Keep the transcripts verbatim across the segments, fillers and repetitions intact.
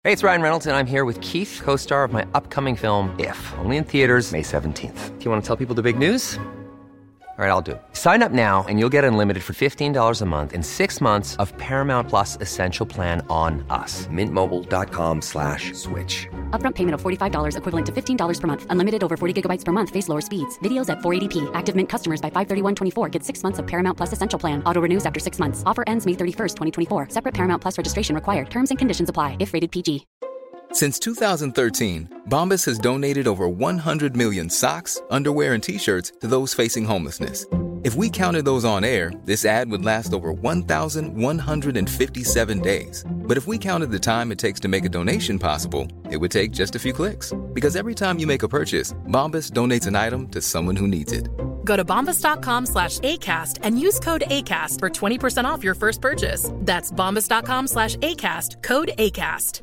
Hey, it's Ryan Reynolds, and I'm here with Keith, co-star of my upcoming film, If, only in theaters May seventeenth. Do you want to tell people the big news? All right, I'll do it. Sign up now and you'll get unlimited for fifteen dollars a month and six months of Paramount Plus Essential Plan on us. Mint Mobile dot com slash switch. Upfront payment of forty-five dollars equivalent to fifteen dollars per month. Unlimited over forty gigabytes per month. Face lower speeds. Videos at four eighty p. Active Mint customers by five thirty-one twenty-four get six months of Paramount Plus Essential Plan. Auto renews after six months. Offer ends May thirty-first, twenty twenty-four. Separate Paramount Plus registration required. Terms and conditions apply if rated P G. Since two thousand thirteen, Bombas has donated over one hundred million socks, underwear, and T-shirts to those facing homelessness. If we counted those on air, this ad would last over one thousand one hundred fifty-seven days. But if we counted the time it takes to make a donation possible, it would take just a few clicks. Because every time you make a purchase, Bombas donates an item to someone who needs it. Go to bombas.com slash ACAST and use code ACAST for twenty percent off your first purchase. That's bombas.com slash ACAST. Code ACAST.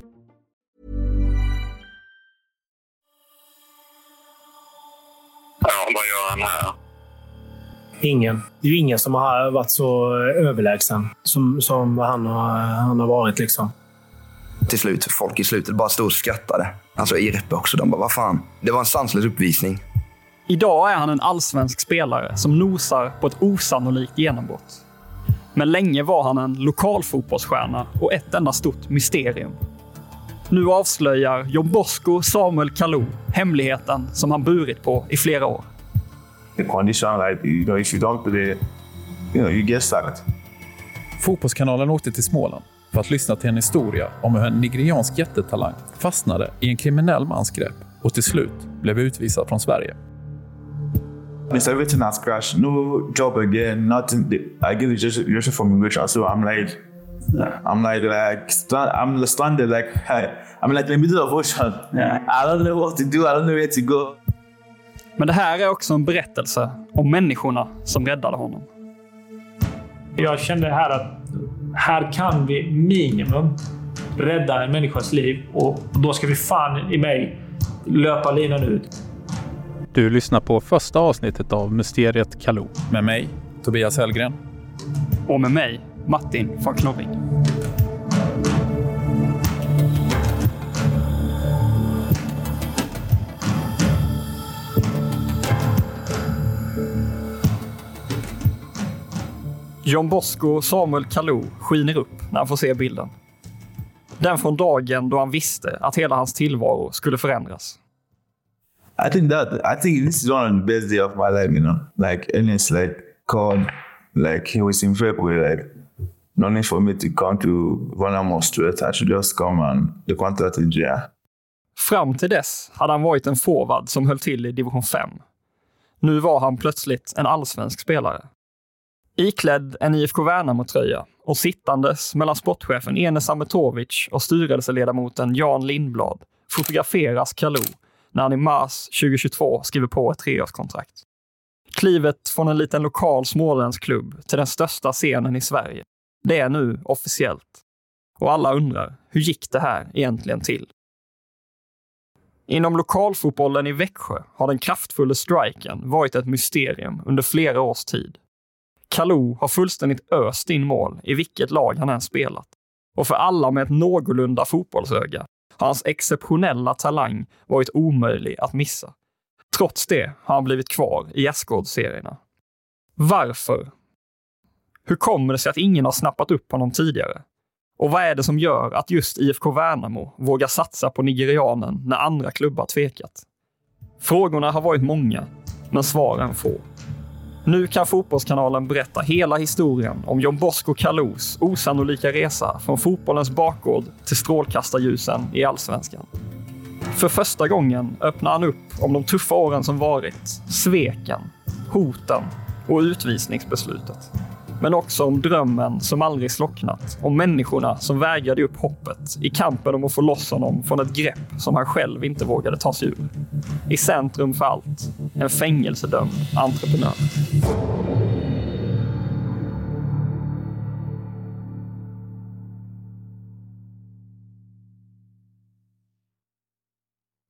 Ja, vad gör han här? Ingen. Det är ju ingen som har varit så överlägsen som, som han, har, han har varit liksom. Till slut, folk i slutet bara stod och skrattade. Alltså i Reppe också, de bara, vad fan? Det var en sanslös uppvisning. Idag är han en allsvensk spelare som nosar på ett osannolikt genombrott. Men länge var han en lokal fotbollsstjärna och ett enda stort mysterium. Nu avslöjar Jon Bosco Samuel Kalou hemligheten som han burit på i flera år. The condition, like, you know, if you don't play, you know, you get sacked. Fotbollskanalen åkte till Småland för att lyssna till en historia om hur en nigeriansk jättetalang fastnade i en kriminell mans grepp och till slut blev utvisad från Sverige. It's everything has crashed. No job again, nothing. I get just just from immigration, so I'm like, I'm like, like, stand, I'm stranded, like, I'm like in the middle of ocean. Yeah. I don't know what to do. I don't know where to go. Men det här är också en berättelse om människorna som räddade honom. Jag kände här att här kan vi minimum rädda en människas liv och då ska vi fan i mig löpa linan ut. Du lyssnar på första avsnittet av Mysteriet Kalou. Med mig, Tobias Hellgren. Och med mig, Martin von Knorring. Jon Bosco Samuel Kalou skiner upp när han får se bilden. Den från dagen då han visste att hela hans tillvaro skulle förändras. I think that I think this is one of the best days of my life, you know. Like, and it's like called, like, he was in February, like, no need for me to come to Vanamo straight. I should just come and the contract in J. Fram till dess hade han varit en forward som höll till i division fem. Nu var han plötsligt en allsvensk spelare. Iklädd en I F K Värnamo-tröja och sittandes mellan sportchefen Enes Ametovic och styrelseledamoten Jan Lindblad fotograferas Kalou när han i mars tjugohundratjugotvå skriver på ett treårskontrakt. Klivet från en liten lokal småländsk klubb till den största scenen i Sverige. Det är nu officiellt. Och alla undrar, hur gick det här egentligen till? Inom lokalfotbollen i Växjö har den kraftfulla striken varit ett mysterium under flera års tid. Kalou har fullständigt öst in mål i vilket lag han än spelat. Och för alla med ett någorlunda fotbollsöga har hans exceptionella talang varit omöjlig att missa. Trots det har han blivit kvar i gästgårdsserierna. Varför? Hur kommer det sig att ingen har snappat upp honom tidigare? Och vad är det som gör att just I F K Värnamo vågar satsa på nigerianen när andra klubbar tvekat? Frågorna har varit många, men svaren få. Nu kan Fotbollskanalen berätta hela historien om Jon Bosco Kalous osannolika resa från fotbollens bakgård till strålkastarljusen i Allsvenskan. För första gången öppnar han upp om de tuffa åren som varit, sveken, hoten och utvisningsbeslutet. Men också om drömmen som aldrig slocknat, om människorna som vägrade upp hoppet i kampen om att få loss honom från ett grepp som han själv inte vågade ta sig ur. I centrum för allt, en fängelsedömd entreprenör.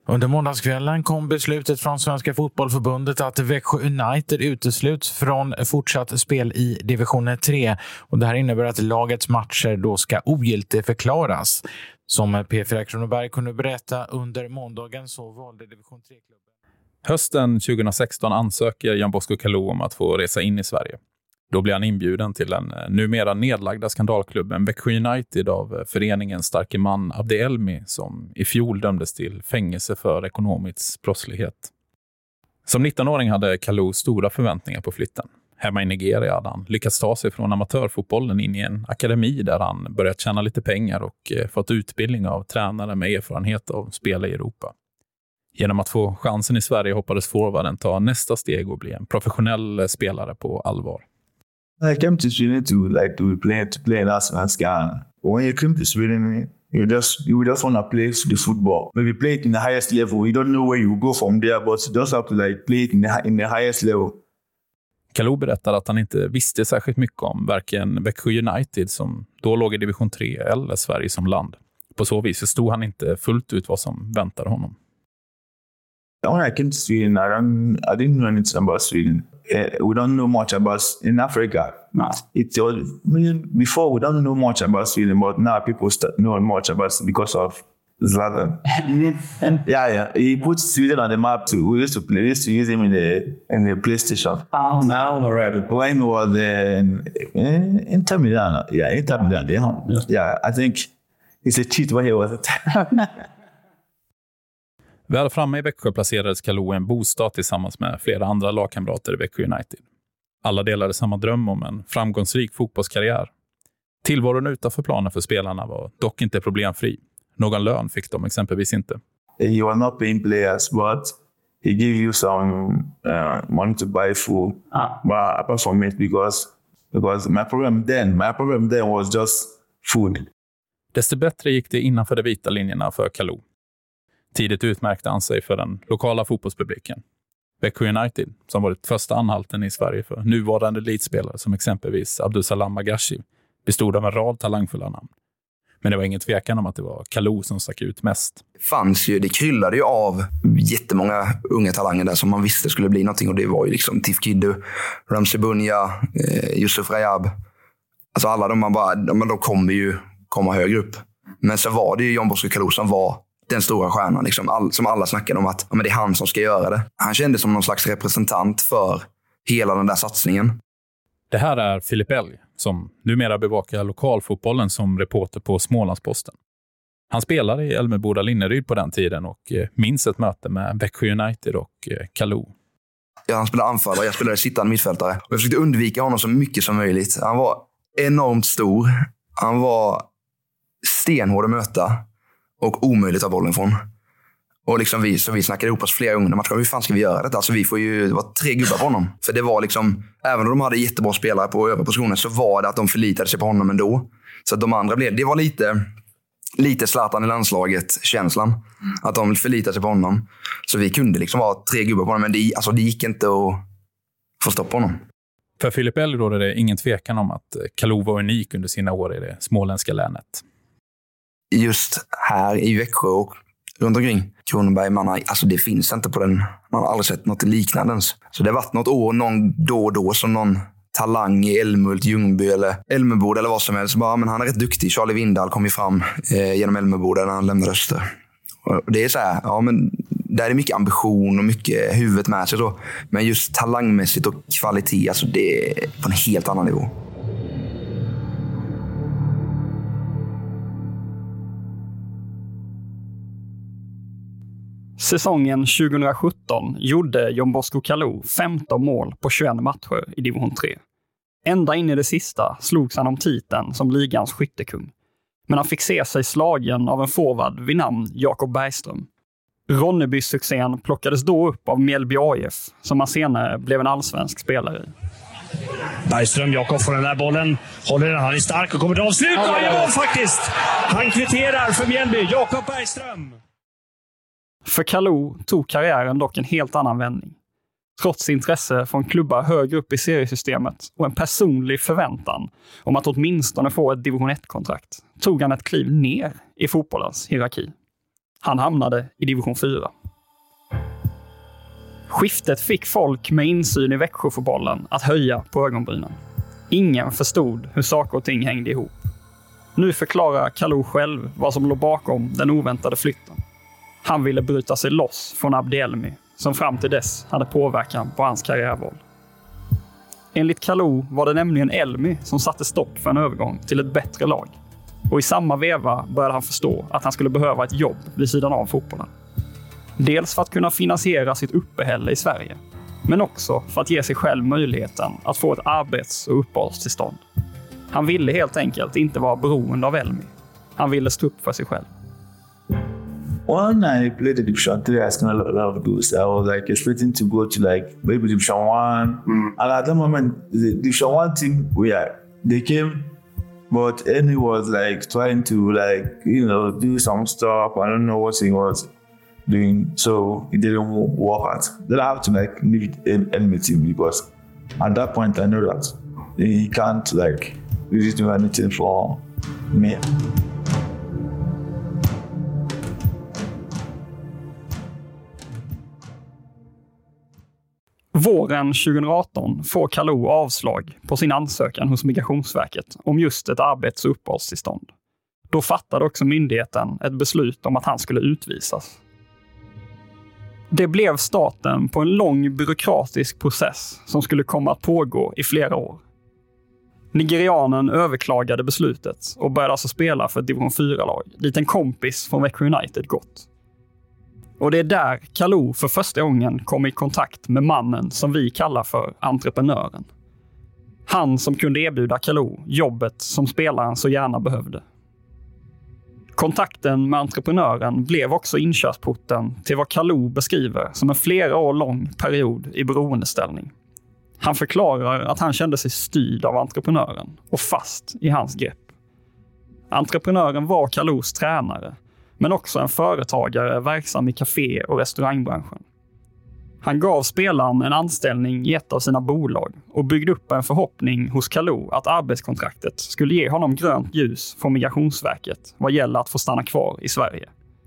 Under måndagskvällen kom beslutet från Svenska fotbollförbundet att Växjö United utesluts från fortsatt spel i division tre. Och det här innebär att lagets matcher då ska ogiltigförklaras. Som P fyra Kronoberg kunde berätta under måndagen så valde division tre-klubben. Hösten tjugohundrasexton ansöker Jan Bosco Kalou om att få resa in i Sverige. Då blir han inbjuden till den numera nedlagda skandalklubben Växjö United av föreningen starke man Abdi Elmi som i fjol dömdes till fängelse för ekonomisk brottslighet. Som nittonåring hade Kalou stora förväntningar på flytten. Hemma i Nigeria hade han lyckats ta sig från amatörfotbollen in i en akademi där han börjat tjäna lite pengar och fått utbildning av tränare med erfarenhet av spela i Europa. Genom att få chansen i Sverige hoppades forwarden ta nästa steg och bli en professionell spelare på allvar. I came to Sweden to like to play to play in Allsvenskan. When you come to Sweden, you just you just want to play the football. Maybe play it in the highest level. You don't know where you go from there, but you just have to like play it in the, in the highest level. Kalou berättar att han inte visste särskilt mycket om varken Växjö United som då låg i division tre eller Sverige som land. På så vis förstod han inte fullt ut vad som väntade honom. When I came to Sweden, I, don't, I didn't know anything about Sweden. Uh, we don't know much about in Africa. Nah. It's all, before we don't know much about Sweden, but now people start knowing much about it because of Zlatan. yeah, yeah. He put Sweden on the map too. We used to play. We used to use him in the in the PlayStation. Oh, now already. When he was in, in Inter Milan, yeah, Inter Milan. Yeah, yeah. I think it's a cheat when he was at. Väl framme i Växjö placerades Kalou en bostad tillsammans med flera andra lagkamrater i Växjö United. Alla delade samma dröm om en framgångsrik fotbollskarriär. Tillvaron utanför planen för spelarna var dock inte problemfri. Någon lön fick de exempelvis inte. You are not paying players, but he give you some uh, money to buy food. Ah. But apart from it, because because my problem then, my problem then was just food. Desto bättre gick det innanför de vita linjerna för Kalou. Tidigt utmärkte han sig för den lokala fotbollspubliken. Växjö United, som varit första anhalten i Sverige för nuvarande elitspelare som exempelvis Abdusalam Magashi, bestod av en rad talangfulla namn. Men det var ingen tvekan om att det var Kalou som stack ut mest. Det fanns ju, det kryllade ju av jättemånga unga talanger där som man visste skulle bli någonting. Och det var ju liksom Tif Kiddu, Ramsey Bunja, eh, Yusuf Rayab. Alltså alla de man bara, de, de kommer ju komma högre upp. Men så var det ju Jan Bosco Kalou som var den stora stjärnan liksom, all, som alla snackade om att ja, men det är han som ska göra det. Han kände som någon slags representant för hela den där satsningen. Det här är Filip Elg som numera bevakar lokalfotbollen som reporter på Smålandsposten. Han spelade i Älmeboda Linneryd på den tiden och eh, minns ett möte med Växjö United och eh, Kalou. Ja, han spelade anfallare, jag spelade sittande mittfältare. Och jag försökte undvika honom så mycket som möjligt. Han var enormt stor. Han var stenhård att möta. Och omöjligt att ha bollen från. Och liksom vi, så vi snackade ihop oss flera gånger. Man tror, hur fan ska vi göra det? Alltså vi får ju, det var tre gubbar på honom. För det var liksom, även om de hade jättebra spelare på övriga positioner så var det att de förlitade sig på honom ändå. Så att de andra blev, det var lite, lite Zlatan i landslaget känslan. Att de förlitade sig på honom. Så vi kunde liksom vara tre gubbar på honom. Men det, alltså det gick inte att få stopp på honom. För Filip Elg råder det ingen tvekan om att Kalou var unik under sina år i det småländska länet. Just här i Växjö och runt omkring Kronoberg, man har, alltså det finns inte på den, man har aldrig sett något liknande. Så det har varit något år någon då och då som någon talang i Älmhult, Ljungby eller Älmeboda eller vad som helst. Bara, men han är rätt duktig. Charlie Windahl kom ju fram eh, genom Älmeboda när han lämnade Öster. Och det är så här, ja men där är mycket ambition och mycket huvudet med sig så. Men just talangmässigt och kvalitet, alltså det är på en helt annan nivå. Säsongen tjugohundrasjutton gjorde Jan Bosco Kalou femton mål på tjugoett matcher i division tre. Ända in i det sista slogs han om titeln som ligans skyttekung. Men han fick se sig slagen av en forward vid namn Jakob Bergström. Ronneby-succén plockades då upp av Mjällby A I F som han senare blev en allsvensk spelare i. Bergström, Jakob får den där bollen. Håller den, han är stark och kommer till avslut. Ja, ja, ja, faktiskt! Han kvitterar för Mjällby, Jakob Bergström. För Kalou tog karriären dock en helt annan vändning. Trots intresse från klubbar högre upp i seriesystemet och en personlig förväntan om att åtminstone få ett division ett-kontrakt tog han ett kliv ner i fotbollens hierarki. Han hamnade i division fyra. Skiftet fick folk med insyn i Växjöfotbollen att höja på ögonbrynen. Ingen förstod hur saker och ting hängde ihop. Nu förklarar Kalou själv vad som låg bakom den oväntade flytten. Han ville bryta sig loss från Abdi Elmi, som fram till dess hade påverkan på hans karriärval. Enligt Kalou var det nämligen Elmi som satte stopp för en övergång till ett bättre lag. Och i samma veva började han förstå att han skulle behöva ett jobb vid sidan av fotbollen. Dels för att kunna finansiera sitt uppehälle i Sverige, men också för att ge sig själv möjligheten att få ett arbets- och uppehållstillstånd. Han ville helt enkelt inte vara beroende av Elmi. Han ville stå upp för sig själv. One night I played the Division three, I spent a lot, a lot of those. I was like expecting to go to like maybe Division one. Mm. And at that moment, the Division one team, we are, they came, but Elmi was like trying to like, you know, do some stuff. I don't know what he was doing, so it didn't work out. Then I have to like leave Elmi team because at that point I know that he can't like really do anything for me. Våren tjugoarton får Kalou avslag på sin ansökan hos Migrationsverket om just ett arbets- och uppehållstillstånd. Då fattade också myndigheten ett beslut om att han skulle utvisas. Det blev starten på en lång byråkratisk process som skulle komma att pågå i flera år. Nigerianen överklagade beslutet och började alltså spela för ett division fyra-lag, dit en kompis från Växjö United gått. Och det är där Kalou för första gången kom i kontakt med mannen som vi kallar för entreprenören. Han som kunde erbjuda Kalou jobbet som spelaren så gärna behövde. Kontakten med entreprenören blev också inkörsporten till vad Kalou beskriver som en flera år lång period i beroendeställning. Han förklarar att han kände sig styrd av entreprenören och fast i hans grepp. Entreprenören var Kalous tränare, men också en företagare verksam i café- och restaurangbranschen. Han gav spelaren en anställning i ett av sina bolag och byggde upp en förhoppning hos Kalou att arbetskontraktet skulle ge honom grönt ljus från Migrationsverket vad gäller att få stanna kvar i Sverige.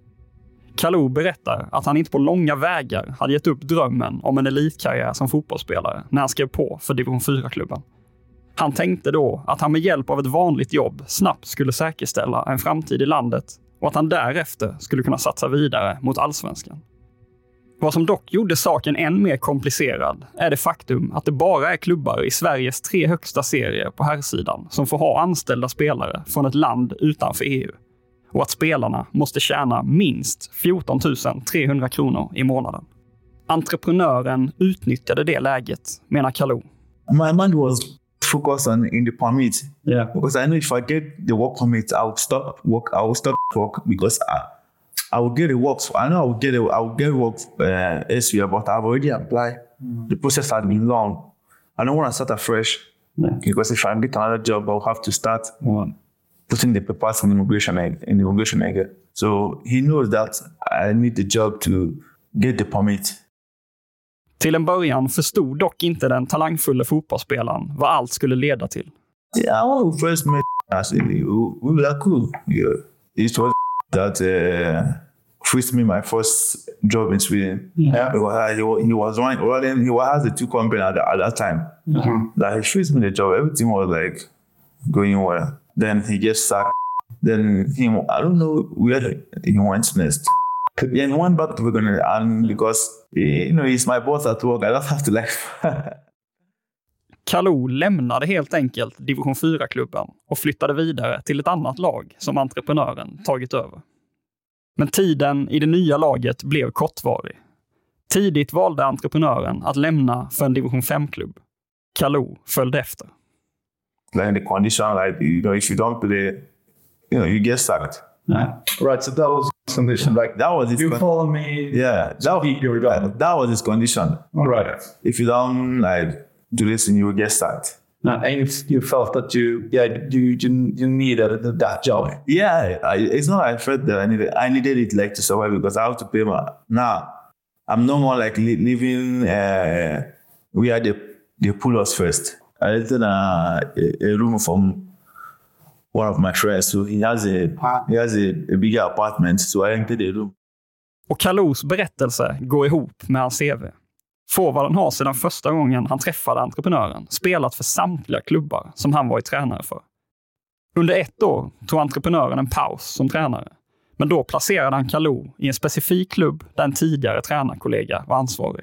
Kalou berättar att han inte på långa vägar hade gett upp drömmen om en elitkarriär som fotbollsspelare när han skrev på för division fyra-klubben. Han tänkte då att han med hjälp av ett vanligt jobb snabbt skulle säkerställa en framtid i landet och att han därefter skulle kunna satsa vidare mot allsvenskan. Vad som dock gjorde saken än mer komplicerad är det faktum att det bara är klubbar i Sveriges tre högsta serier på herrsidan som får ha anställda spelare från ett land utanför E U. Och att spelarna måste tjäna minst fjorton tusen trehundra kronor i månaden. Entreprenören utnyttjade det läget, menar Kalou. My mind was focused on in the permit. Yeah. Because I know if I get the work permit, I will stop work. I will stop work because I, I will get the work. I know I will get it. I will get work uh, elsewhere, but I've already applied. Mm. The process has been long. I don't want to start afresh. Yeah. Because if I get another job, I'll have to start mm. putting the papers in immigration in the immigration again. So he knows that I need the job to get the permit. Till en början förstod dock inte den talangfulla fotbollsspelaren vad allt skulle leda till. Yeah, I was first met actually. We were cool. Yeah. It was that uh, first me my first job in Sweden. Yeah. He was, he was running, running, he has the two company at, at that time. Mm-hmm. Like he first me the job, everything was like going well. Then he gets sacked. Then he, I don't know where he went next. Yeah, he went back to Wigan, and because you know he's my boss at work, I don't have to like. Kalou lämnade helt enkelt division fyra-klubben och flyttade vidare till ett annat lag som entreprenören tagit över. Men tiden i det nya laget blev kortvarig. Tidigt valde entreprenören att lämna för en division fem-klubb. Kalou följde efter. Like the condition, like you know, if you don't play, you know, you get sacked. Yeah. Right. So that was condition. Like that was his you con- follow me. Yeah, that, your job. that was his condition. All right. If you don't like do this, and you will get sacked. No, and if you felt that you, yeah, you you, you needed that job. Yeah, I, it's not. I felt that I needed. I needed it like to survive because I have to pay my. Now, I'm no more like li- living. Uh, we had the they pull us first. I rented a, a room from one of my friends, so he has a he has a, a bigger apartment, so I rented a room. Och Kalous berättelse går ihop med hans C V. Forwarden har sedan första gången han träffade entreprenören spelat för samtliga klubbar som han varit tränare för. Under ett år tog entreprenören en paus som tränare. Men då placerade han Kalou i en specifik klubb där en tidigare tränarkollega var ansvarig.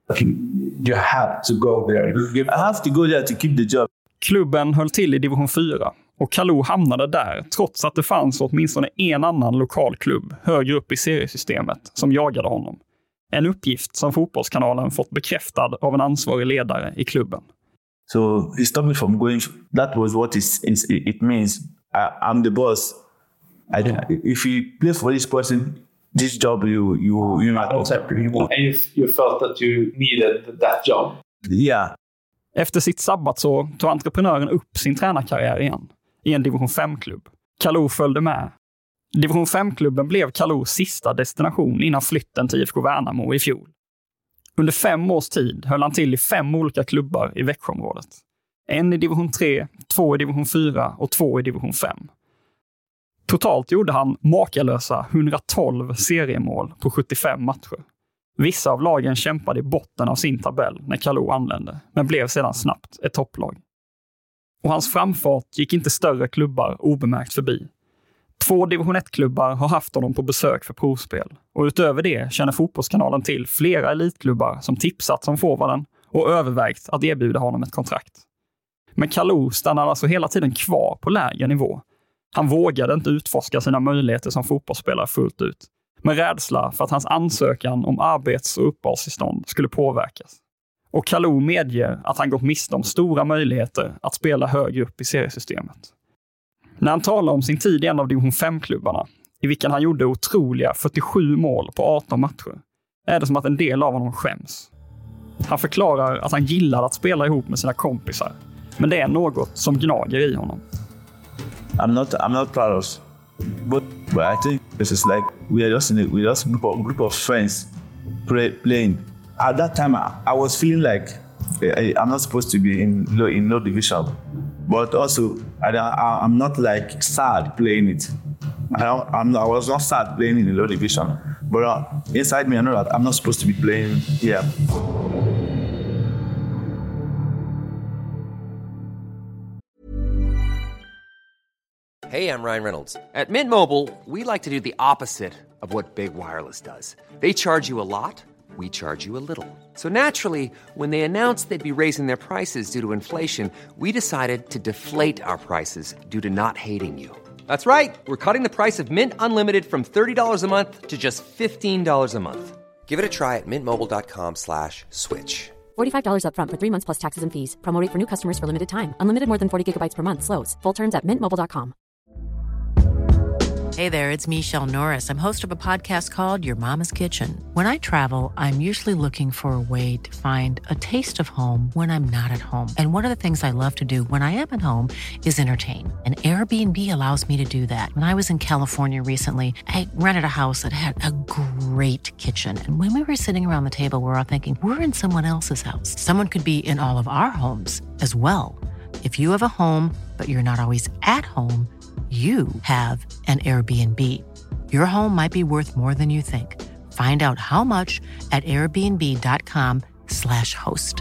You have to go there. I have to go there to keep the job. Klubben höll till i division fyra och Kalou hamnade där trots att det fanns åtminstone en annan lokal klubb högre upp i seriesystemet som jagade honom. En uppgift som Fotbollskanalen fått bekräftad av en ansvarig ledare i klubben. So he stopped me from going. That was what it, it means. I, I'm the boss. I, if you play for this person, this job you you you not accept. And you, you felt that you needed that job. Yeah. Efter sitt sabbatsår tog entreprenören upp sin tränarkarriär igen i en division fem-klubb. Kalou följde med. Division fem-klubben blev Kalous sista destination innan flytten till I F K Värnamo i fjol. Under fem års tid höll han till i fem olika klubbar i Växjöområdet. En i division tre, två i division fyra och två i division fem. Totalt gjorde han makalösa hundratolv seriemål på sjuttiofem matcher. Vissa av lagen kämpade i botten av sin tabell när Kalou anlände, men blev sedan snabbt ett topplag. Och hans framfart gick inte större klubbar obemärkt förbi. Två division ett-klubbar har haft honom på besök för provspel. Och utöver det känner Fotbollskanalen till flera elitklubbar som tipsat som forwarden och övervägt att erbjuda honom ett kontrakt. Men Kalou stannade alltså hela tiden kvar på lägre nivå. Han vågade inte utforska sina möjligheter som fotbollsspelare fullt ut. Med rädsla för att hans ansökan om arbets- och uppehållstillstånd skulle påverkas. Och Kalou medger att han gått miste om stora möjligheter att spela högre upp i seriesystemet. När han talar om sin tid i en av division fem-klubbarna, i vilken han gjorde otroliga fyrtiosju mål på arton matcher, är det som att en del av honom skäms. Han förklarar att han gillar att spela ihop med sina kompisar, men det är något som gnager i honom. I'm not I'm not proud of, but but I think this is like we are just in a, we just group of group of friends play, playing. At that time, I, I was feeling like I, I'm not supposed to be in low in low division, but also I, I I'm not like sad playing it. I don't, I'm I was not sad playing in the low division, but uh, inside me I know that I'm not supposed to be playing here. Hey, I'm Ryan Reynolds. At Mint Mobile, we like to do the opposite of what Big Wireless does. They charge you a lot, we charge you a little. So naturally, when they announced they'd be raising their prices due to inflation, we decided to deflate our prices due to not hating you. That's right. We're cutting the price of Mint Unlimited from thirty dollars a month to just fifteen dollars a month. Give it a try at mintmobile.com slash switch. forty-five dollars up front for three months plus taxes and fees. Promo rate for new customers for limited time. Unlimited more than forty gigabytes per month slows. Full terms at mint mobile dot com. Hey there, it's Michelle Norris. I'm host of a podcast called Your Mama's Kitchen. When I travel, I'm usually looking for a way to find a taste of home when I'm not at home. And one of the things I love to do when I am at home is entertain. And Airbnb allows me to do that. When I was in California recently, I rented a house that had a great kitchen. And when we were sitting around the table, we were all thinking, we're in someone else's house. Someone could be in all of our homes as well. If you have a home, but you're not always at home, you have an Airbnb. Your home might be worth more than you think. Find out how much at airbnb.com slash host.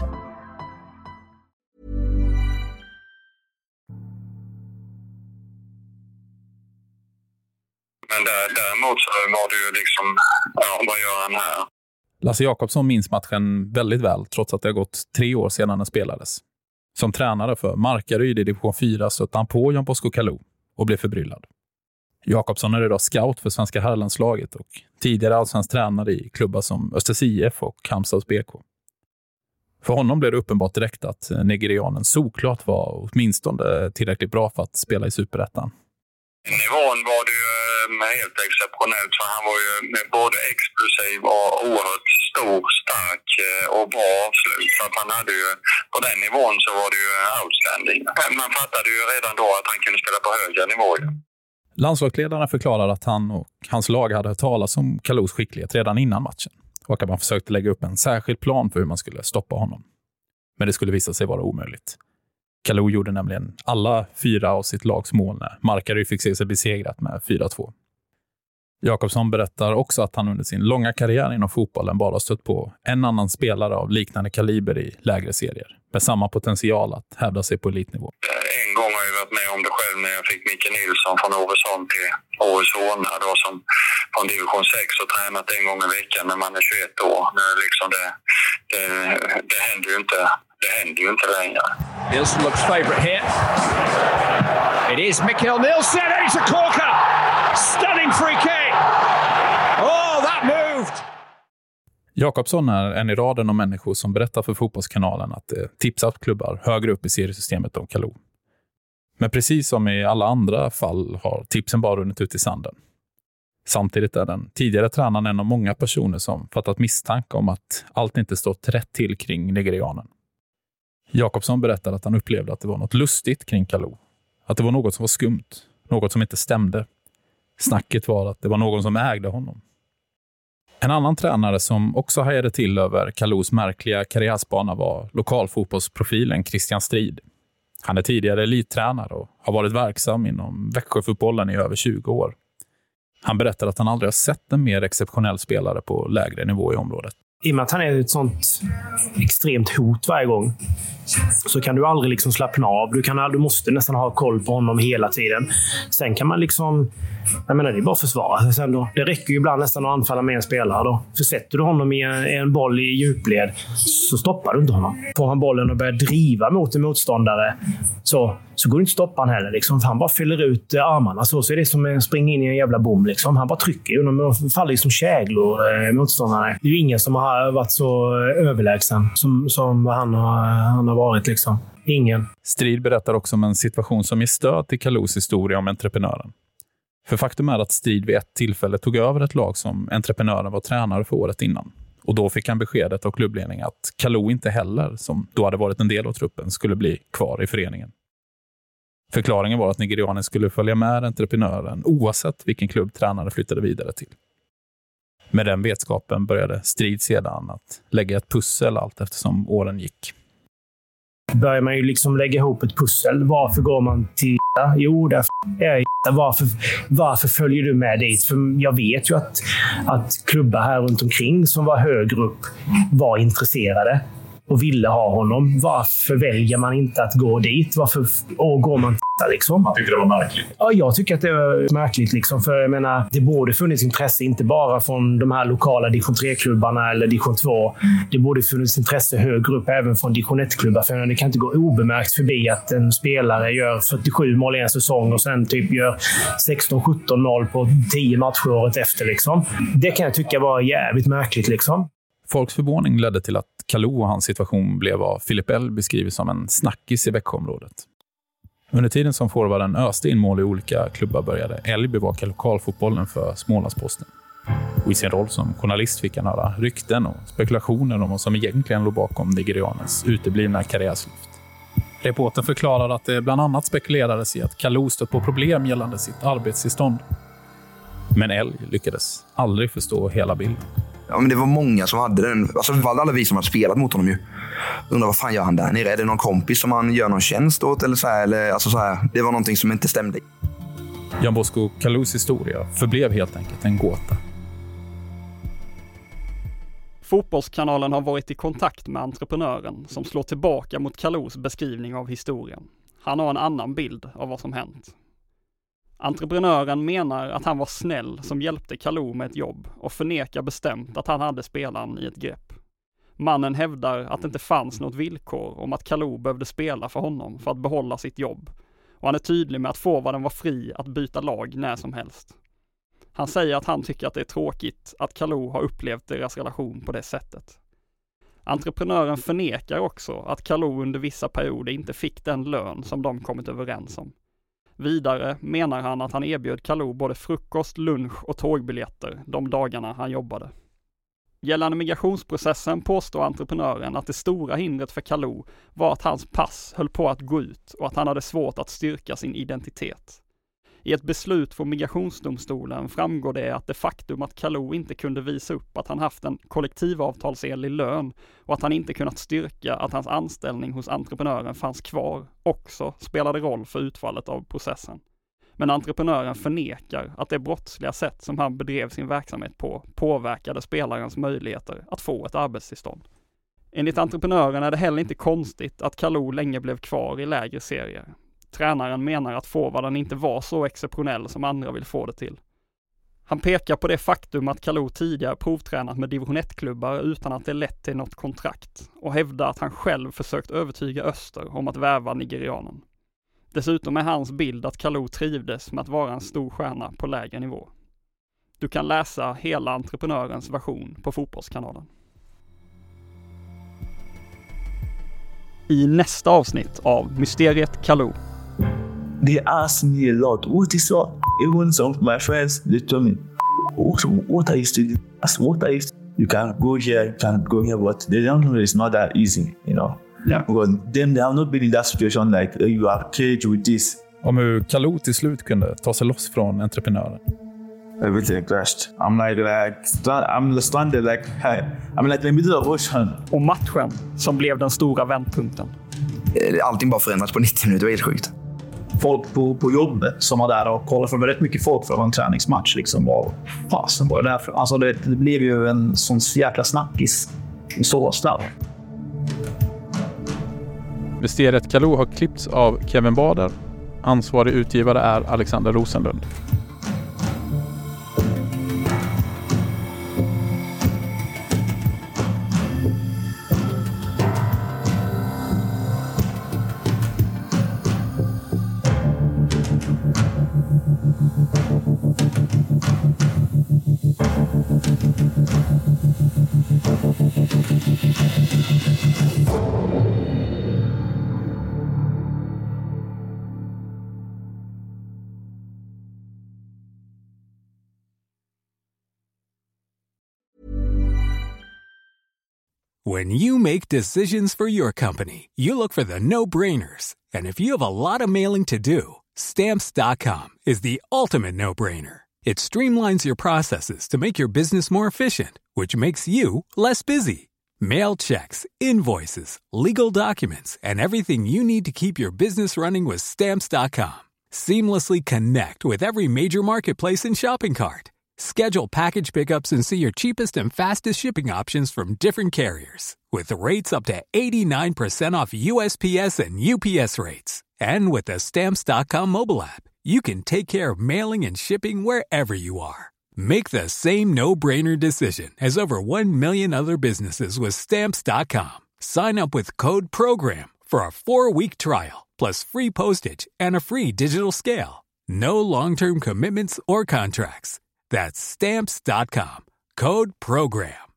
Men däremot så var det ju liksom, ja, vad gör han här? Lasse Jakobsson minns matchen väldigt väl, trots att det har gått tre år sedan den spelades. Som tränare för Markaryd i division fyra stötte han på Jan Bosco Kalou och blev förbryllad. Jakobsson är idag scout för svenska herrlandslaget och tidigare allsvensk tränare i klubbar som Östers I F och Halmstads B K. För honom blev det uppenbart direkt att nigerianen såklart var åtminstone tillräckligt bra för att spela i Superettan. Nivån var det ju helt exceptionellt, för han var ju både explosiv och oerhört stor, stark och bra avslut. Så att han hade ju, på den nivån så var det ju outstanding. Man fattade ju redan då att han kunde spela på högre nivå. Landslagsledarna förklarar att han och hans lag hade hört talas om Kalous skicklighet redan innan matchen och att man försökte lägga upp en särskild plan för hur man skulle stoppa honom. Men det skulle visa sig vara omöjligt. Kalou gjorde nämligen alla fyra av sitt lags mål när Markaryd fick se sig besegrat med fyra två. Jakobsson berättar också att han under sin långa karriär inom fotbollen bara stött på en annan spelare av liknande kaliber i lägre serier, med samma potential att hävda sig på elitnivå. En gång har jag varit med om det själv när jag fick Micke Nilsson från Åresholm till Åresholm då, som från division sex och tränat en gång i veckan när man är tjugoett år. Nu liksom det, det, det händer ju inte, det händer ju inte längre. Nilsson looks favourite here. It is Mikael Nilsson, and it's a corker! Stunning free kick! Oh, that moved! Jakobsson är en i raden av människor som berättar för Fotbollskanalen att det tipsat klubbar högre upp i seriesystemet om Kalou. Men precis som i alla andra fall har tipsen bara runnit ut i sanden. Samtidigt är den tidigare tränaren en av många personer som fattat misstanke om att allt inte stått rätt till kring nigerianen. Jakobsson berättar att han upplevde att det var något lustigt kring Kalou. Att det var något som var skumt, något som inte stämde. Snacket var att det var någon som ägde honom. En annan tränare som också hajade till över Kalous märkliga karriärsbana var lokalfotbollsprofilen Christian Strid. Han är tidigare elittränare och har varit verksam inom Växjöfotbollen i över tjugo år. Han berättar att han aldrig har sett en mer exceptionell spelare på lägre nivå i området. I och med att han är ett sånt extremt hot varje gång så kan du aldrig liksom slappna av. Du, kan, du måste nästan ha koll på honom hela tiden. Sen kan man liksom... Jag menar, det är bara att försvara. Sen då, det räcker ju ibland nästan att anfalla med en spelare. Då. För sätter du honom i en, en boll i djupled så stoppar du inte honom. Får han bollen och börjar driva mot en motståndare så, så går det inte att stoppa han heller. Liksom. Han bara fyller ut armarna. Så, så är det som att springa in i en jävla bom. Liksom. Han bara trycker ju. De faller ju som käglor, eh, motståndarna. Det är ju ingen som har varit så överlägsen som, som han, har, han har varit. Liksom. Ingen. Strid berättar också om en situation som ger stöd till Kalous historia om entreprenören. För faktum är att Strid vid ett tillfälle tog över ett lag som entreprenören var tränare för året innan. Och då fick han beskedet av klubbledningen att Kalou inte heller, som då hade varit en del av truppen, skulle bli kvar i föreningen. Förklaringen var att nigerianen skulle följa med entreprenören oavsett vilken klubb tränare flyttade vidare till. Med den vetskapen började Strid sedan att lägga ett pussel allt eftersom åren gick. Börjar man ju liksom lägga ihop ett pussel. Varför går man till... Jo, där är jag. Varför, varför följer du med dit? För jag vet ju att, att klubbar här runt omkring som var högre upp var intresserade och ville ha honom. Varför väljer man inte att gå dit? Varför och går man liksom? Man tycker det var märkligt. Ja, jag tycker att det var märkligt liksom. För jag menar, det borde funnits intresse inte bara från de här lokala division tre-klubbarna eller division två. Det borde funnits intresse högre upp även från division ett-klubbar. För det kan inte gå obemärkt förbi att en spelare gör fyrtiosju mål i en säsong och sen typ gör sexton sjutton mål på tio matcher året efter liksom. Det kan jag tycka var jävligt märkligt liksom. Folks förvåning ledde till att Kalou och hans situation blev vad Filip L beskriver som en snackis i Växjöområdet. Under tiden som forwarden öste in mål i olika klubbar började L bevaka lokalfotbollen för Smålandsposten. Och i sin roll som journalist fick han höra rykten och spekulationer om vad som egentligen låg bakom nigerianens uteblivna karriärslyft. Reportern förklarar att det bland annat spekulerades i att Kalou stött på problem gällande sitt arbetstillstånd. Men L lyckades aldrig förstå hela bilden. Ja, men det var många som hade den. Alltså det var alla vi som hade spelat mot honom ju. Undrar vad fan gör han där nere? Är det någon kompis som han gör någon tjänst åt eller så här? Eller, alltså så här. Det var någonting som inte stämde. Jan Bosco Kalous historia förblev helt enkelt en gåta. Fotbollskanalen har varit i kontakt med entreprenören som slår tillbaka mot Kalous beskrivning av historien. Han har en annan bild av vad som hänt. Entreprenören menar att han var snäll som hjälpte Kalou med ett jobb och förnekar bestämt att han hade spelaren i ett grepp. Mannen hävdar att det inte fanns något villkor om att Kalou behövde spela för honom för att behålla sitt jobb. Och han är tydlig med att forwarden var fri att byta lag när som helst. Han säger att han tycker att det är tråkigt att Kalou har upplevt deras relation på det sättet. Entreprenören förnekar också att Kalou under vissa perioder inte fick den lön som de kommit överens om. Vidare menar han att han erbjöd Kalou både frukost, lunch och tågbiljetter de dagarna han jobbade. Gällande migrationsprocessen påstår entreprenören att det stora hindret för Kalou var att hans pass höll på att gå ut och att han hade svårt att styrka sin identitet. I ett beslut från migrationsdomstolen framgår det att det faktum att Kalou inte kunde visa upp att han haft en kollektivavtalsenlig lön och att han inte kunnat styrka att hans anställning hos entreprenören fanns kvar också spelade roll för utfallet av processen. Men entreprenören förnekar att det brottsliga sätt som han bedrev sin verksamhet på påverkade spelarens möjligheter att få ett arbetstillstånd. Enligt entreprenören är det heller inte konstigt att Kalou länge blev kvar i lägre serier. Tränaren menar att forwarden inte var så exceptionell som andra vill få det till. Han pekar på det faktum att Kalou tidigare provtränat med division ett-klubbar utan att det lett till något kontrakt och hävdar att han själv försökt övertyga Öster om att värva nigerianen. Dessutom är hans bild att Kalou trivdes med att vara en stor stjärna på lägre nivå. Du kan läsa hela entreprenörens version på Fotbollskanalen. I nästa avsnitt av Mysteriet Kalou. They asked me a lot, what is up? Even some of my friends, they told me, what, what are you studying? I said, what are you studying? You can go here, you can go here, but they don't know it's not that easy, you know. Yeah. Because them, they have not been in that situation like uh, you are caged with this. Om hur Kalou till slut kunde ta sig loss från entreprenören. Everything crashed. I'm like, like I'm stranded like, I'm like in the middle of ocean. Och matchen som blev den stora vändpunkten. Allting bara förändrats på nittio minuter, det var helt sjukt. Folk på, på jobbet som var där och kollade för väldigt mycket folk för en träningsmatch liksom var fasen var det därför. Alltså det, det blev ju en sån jäkla snackis så snabbt. Mysteriet Kalou har klippts av Kevin Bader. Ansvarig utgivare är Alexander Rosenlund. When you make decisions for your company, you look for the no-brainers. And if you have a lot of mailing to do, Stamps dot com is the ultimate no-brainer. It streamlines your processes to make your business more efficient, which makes you less busy. Mail checks, invoices, legal documents, and everything you need to keep your business running with Stamps dot com. Seamlessly connect with every major marketplace and shopping cart. Schedule package pickups and see your cheapest and fastest shipping options from different carriers. With rates up to eighty-nine percent off U S P S and U P S rates. And with the Stamps dot com mobile app, you can take care of mailing and shipping wherever you are. Make the same no-brainer decision as over one million other businesses with Stamps dot com. Sign up with code PROGRAM for a four-week trial, plus free postage and a free digital scale. No long-term commitments or contracts. That's Stamps dot com. Code PROGRAM.